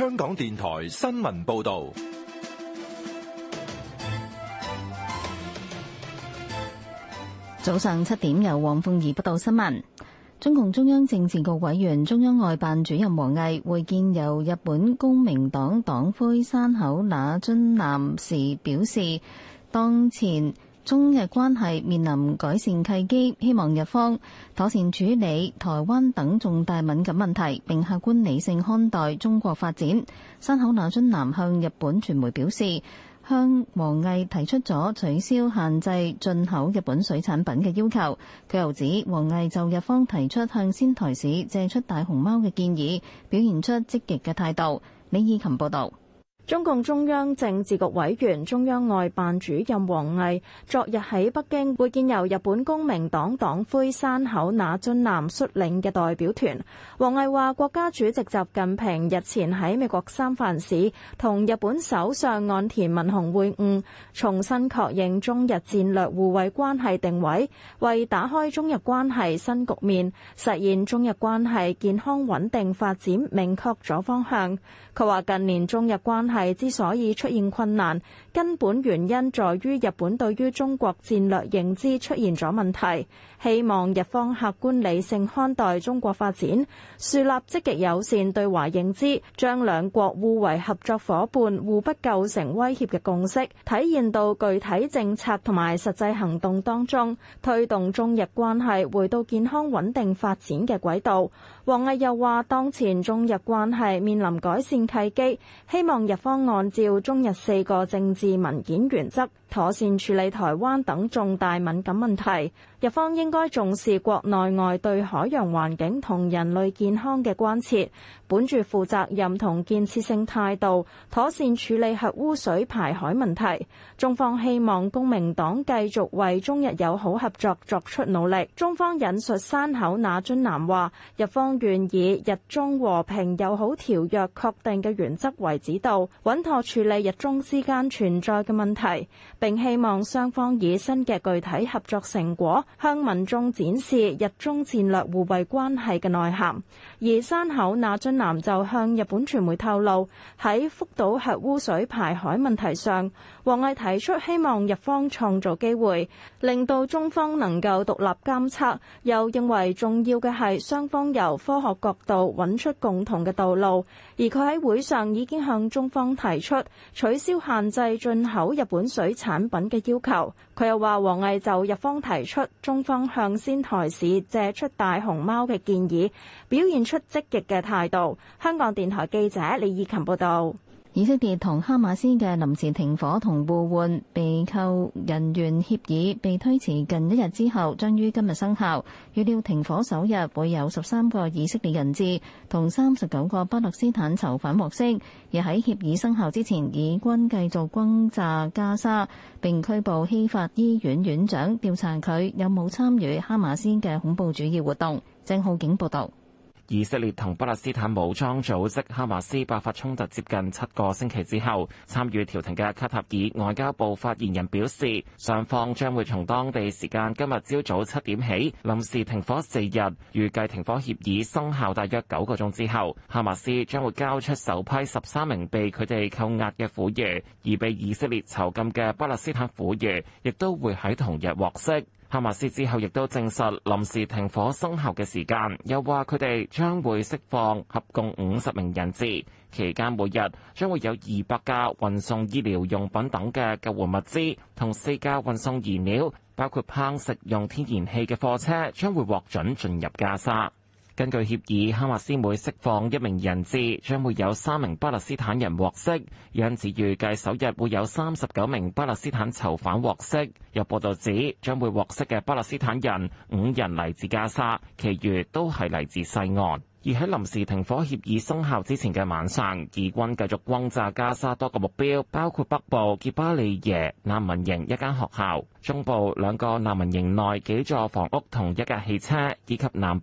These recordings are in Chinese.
香港電台新聞報道。 早上7點，由黃鳳儀報道新聞。中共中央政治局委員、中央外辦主任王毅會見由日本公明黨黨魁山口那津男時表示，當前中日關係面臨改善契機，希望日方妥善處理台灣等重大敏感問題，並客觀理性看待中國發展。山口那津男向日本傳媒表示，向王毅提出咗取消限制進口日本水產品嘅要求。佢又指，王毅就日方提出向仙台市借出大熊貓嘅建議，表現出積極嘅態度。李以琴報道。 中共中央政治局委員、中央外辦主任王毅昨日喺北京會見由日本公明黨黨魁山口那津男率領嘅代表團。王毅話，國家主席習近平日前喺美國三藩市同日本首相岸田文雄會晤，重新確認中日戰略互惠關係定位，為打開中日關係新局面，實現中日關係健康穩定發展明確咗方向。佢話，近年中日關係之所以出現困難，根本原因在於日本對於中國戰略認知出現咗問題，希望日方客觀理性看待中國發展，樹立積極友善對華認知，將兩國互為合作夥伴、互不構成威脅嘅共識體現到具體政策同埋實際行動當中，推動中日關係回到健康穩定發展嘅軌道。王毅又話，當前中日關係面臨改善契機，希望日方按照中日4個政治文件原則，妥善處理台灣等重大敏感問題。日方應該重視國內外對海洋環境同人類健康嘅關切，本住負責任同建設性態度，妥善處理核污水排海問題。中方希望公明黨繼續為中日友好合作作出努力。中方引述山口那津男話，日方願以日中和平友好條約確定嘅原則為指導，穩妥處理日中之間存在嘅問題，並希望雙方以新嘅具體合作成果向民眾展示日中戰略互惠關係嘅內涵。而山口那津男就向日本傳媒透露，喺福島核污水排海問題上，王毅提出希望日方創造機會，令到中方能夠獨立監測，又認為重要嘅係雙方由科學角度揾出共同嘅道路。而佢喺會上已經向中方提出取消限制進口日本水產品嘅要求。佢又話，王毅就日方提出中方向仙台市借出大熊貓嘅建議，表現出積極嘅態度。香港電台記者李以琴報道。 以色列同哈馬斯嘅臨時停火同互換被扣人員協議被推遲近1日之後，將於今日生效。預料停火首日會有13個以色列人質同39個巴勒斯坦囚犯獲釋。而喺協議生效之前，以軍繼續轟炸加沙，並拘捕希法醫院院長，調查佢有冇參與哈馬斯嘅恐怖主義活動。鄭浩景報道。 以色列同巴勒斯坦武裝組織哈馬斯爆發衝突接近7個星期之後，參與調停嘅卡塔爾外交部發言人表示，雙方將會從當地時間今日朝早7點起臨時停火4日，預計停火協議生效大約9個鐘之後，哈馬斯將會交出首批13名被佢哋扣押嘅婦孺，而被以色列囚禁嘅巴勒斯坦婦孺亦都會喺同日獲釋。哈馬斯之後亦都證實臨時停火生效嘅時間，又話佢哋將會釋放合共50名人質，期間每日將會有200架運送醫療用品等嘅救援物資，同4架運送燃料，包括烹食用天然氣嘅貨車將會獲准進入加沙。根據協議，哈馬斯每釋放1名人質，將會有3名巴勒斯坦人獲釋，因此預計首日會有39名巴勒斯坦囚犯獲釋。有報道指，將會獲釋嘅巴勒斯坦人5人嚟自加沙，其餘都係嚟自西岸。而喺臨時停火協議生效之前嘅晚上，以軍繼續轟炸加沙多個目標，包括北部傑巴利耶難民營一間學校、中部2個難民營內幾座房屋同1架汽車，以及南部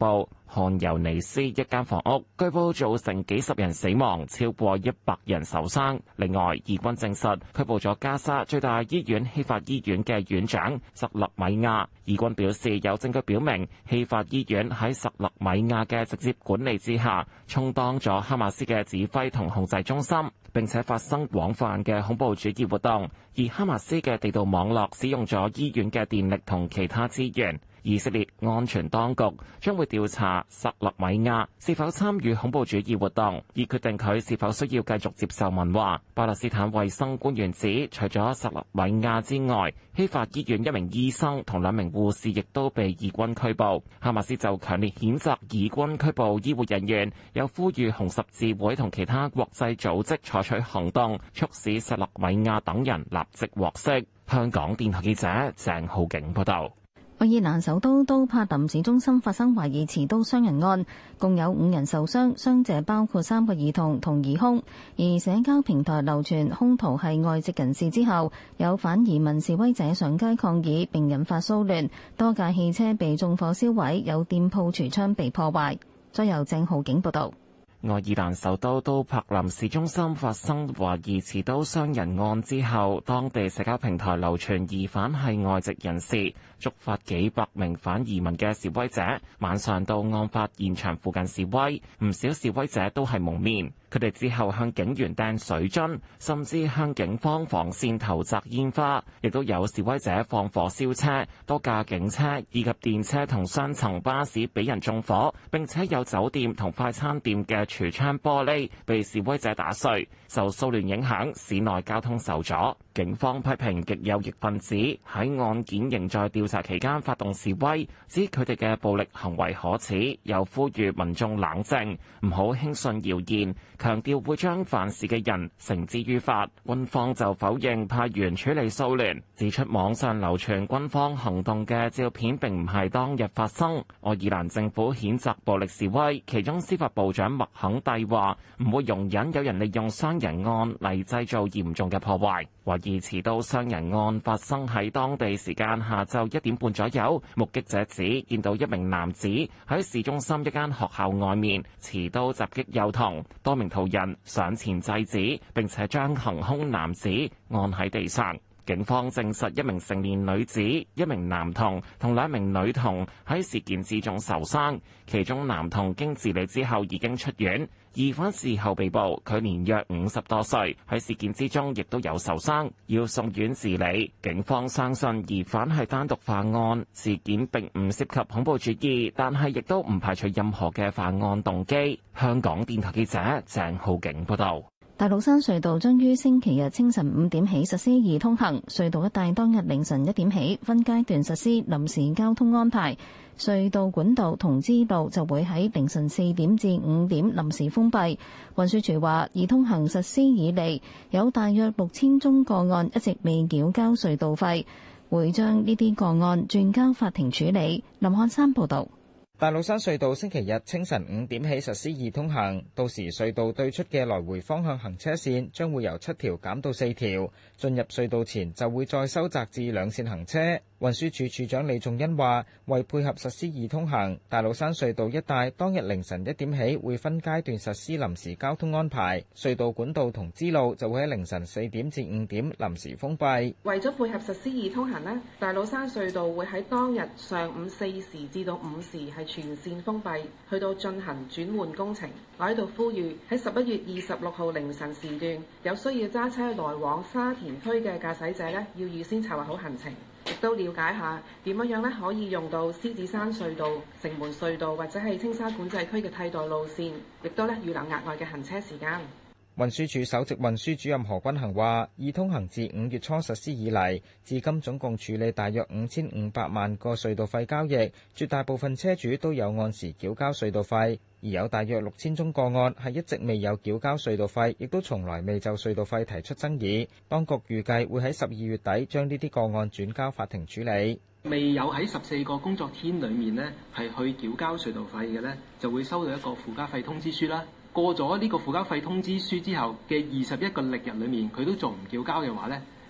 漢尤尼斯一間房屋，據報造成幾十人死亡，超過100人受傷。另外，以軍證實拘捕咗加沙最大醫院希法醫院嘅院長薩勒米亞。以軍表示有證據表明希法醫院喺薩勒米亞嘅直接管理之下，充當咗哈馬斯嘅指揮同控制中心，並且發生廣泛嘅恐怖主義活動。而哈馬斯嘅地道網絡使用咗醫院嘅電力同其他資源。以色列安全當局將會調查薩勒米亞是否參與恐怖主義活動，以決定佢是否需要繼續接受問話。巴勒斯坦衛生官員指，除咗薩勒米亞之外，希法醫院一名醫生同2名護士亦都被以軍拘捕。哈馬斯就強烈譴責以軍拘捕醫護人員，又呼籲紅十字會同其他國際組織採取行動，促使薩勒米亞等人立即獲釋。香港電台記者鄭浩景報道。 愛爾蘭首都都柏林市中心發生懷疑持刀傷人案，共有5人受傷，傷者包括3個兒童同疑兇。而社交平台流傳兇徒係外籍人士之後，有反移民示威者上街抗議，並引發騷亂，多架汽車被縱火燒毀，有店鋪櫥窗被破壞。再由鄭浩景報道。 愛爾蘭首都都柏林市中心發生懷疑持刀傷人案之後，當地社交平台流傳疑犯係外籍人士，觸發幾百名反移民嘅示威者晚上到案發現場附近示威，唔少示威者都係蒙面。佢哋之後向警員掟水樽，甚至向警方防線投擲煙花，亦都有示威者放火燒車，多架警車以及電車同雙層巴士俾人縱火，並且有酒店同快餐店嘅櫥窗玻璃被示威者打碎。受騷亂影響，市內交通受阻。警方批評極右翼分子喺案件仍在調查期間發動示威，指佢哋嘅暴力行為可恥，又呼籲民眾冷靜，唔好輕信謠言，強調會將犯事嘅人繩之於法。軍方就否認派員處理騷亂，指出網上流傳軍方行動嘅照片並唔係當日發生。愛爾蘭政府譴責暴力示威，其中司法部長麥肯蒂話唔會容忍有人利用傷人案嚟製造嚴重嘅破壞。懷疑持刀傷人案發生喺當地時間下晝1點半左右，目擊者指見到一名男子喺市中心一間學校外面持刀襲擊幼童，多名途人上前制止，並且將行兇男子按喺地上。警方證實一名成年女子、一名男童同2名女童喺事件之中受傷，其中男童經治理之後已經出院。疑犯事後被捕，佢年約50多歲，喺事件之中亦都有受傷，要送院治理。警方相信疑犯係單獨犯案，事件並唔涉及恐怖主義，但係亦都唔排除任何嘅犯案動機。香港電台記者鄭浩景報道。 大老山隧道將於星期日清晨5點起實施易通行，隧道一帶當日凌晨1點起分階段實施臨時交通安排。隧道管道同支路就會喺凌晨4點至5點臨時封閉。運輸署話，易通行實施以嚟有大約6000宗個案一直未繳交隧道費，會將呢啲個案轉交法庭處理。林漢山報導。 大老山隧道星期日清晨5點起實施易通行，到時隧道對出嘅來回方向行車線將會由7條減到4條，進入隧道前就會再收窄至2線行車。運輸署署長李仲恩話，為配合實施易通行，大老山隧道一帶當日凌晨1點起會分階段實施臨時交通安排，隧道管道同支路就會喺凌晨4點至5點臨時封閉。 為咗配合實施易通行呢，大老山隧道會喺當日上午4時至到5時係全線封閉，去到進行轉換工程。我喺度呼籲喺11月26號凌晨時段有需要揸車來往沙田區嘅駕駛者呢，要預先策劃好行程。亦都了解下點樣咧可以用到獅子山隧道、城門隧道或者係青沙管制區嘅替代路線，亦都咧預留額外嘅行車時間。 運輸署首席運輸主任何君衡話，易通行自5月初實施以嚟，至今總共處理大約5500萬個隧道費交易，絕大部分車主都有按時繳交隧道費，而有大約6000宗個案係一直未有繳交隧道費，亦都從來未就隧道費提出爭議。當局預計會喺12月底將呢啲個案轉交法庭處理。 未有喺14個工作天裡面呢係去繳交隧道費嘅呢，就會收到一個附加費通知書啦。過咗呢個附加費通知書之後嘅21個曆日裏面，佢都仲唔繳交嘅話呢，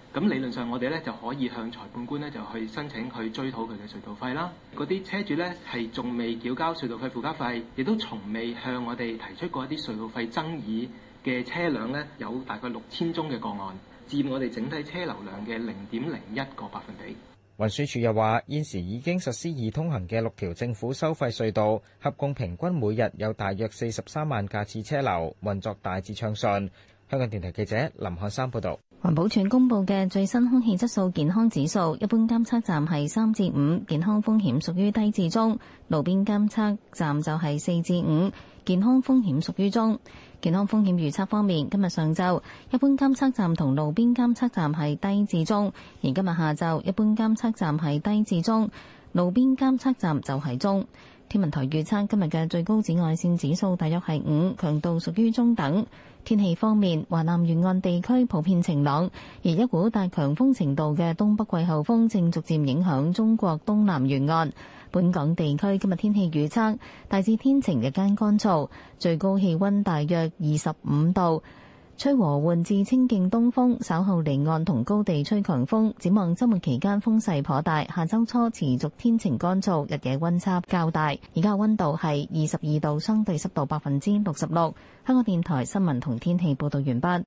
咁理論上我哋咧就可以向裁判官咧就去申請去追討佢嘅隧道費啦。嗰啲車主咧係仲未繳交隧道費附加費，亦都從未向我哋提出過一啲隧道費爭議嘅車輛咧，有大概6000宗嘅個案，佔我哋整體車流量嘅0.01%。 運輸署又話，現時已經實施易通行嘅6條政府收費隧道，合共平均每日有大約43萬架次車流，運作大致暢順。香港電台記者林漢山報導。 環保署公布嘅最新空氣質素健康指數，一般監測站係3至5，健康風險屬於低至中；路邊監測站就係4至5，健康風險屬於中。健康風險預測方面，今日上晝一般監測站同路邊監測站係低至中，而今日下晝一般監測站係低至中，路邊監測站就係中。天文台預測今日嘅最高紫外線指數大約係5，強度屬於中等。天氣方面，華南沿岸地區普遍晴朗，而一股帶強風程度嘅東北季候風正逐漸影響中國東南沿岸。本港地區今日天氣預測大致天晴，日間乾燥，最高氣溫大約25度。吹和緩至清勁東風，稍後離岸同高地吹強風。展望週末期間風勢頗大，下週初持續天晴乾燥，日夜溫差較大。而家溫度係22度，相對濕度66%。香港電台新聞同天氣報導完畢。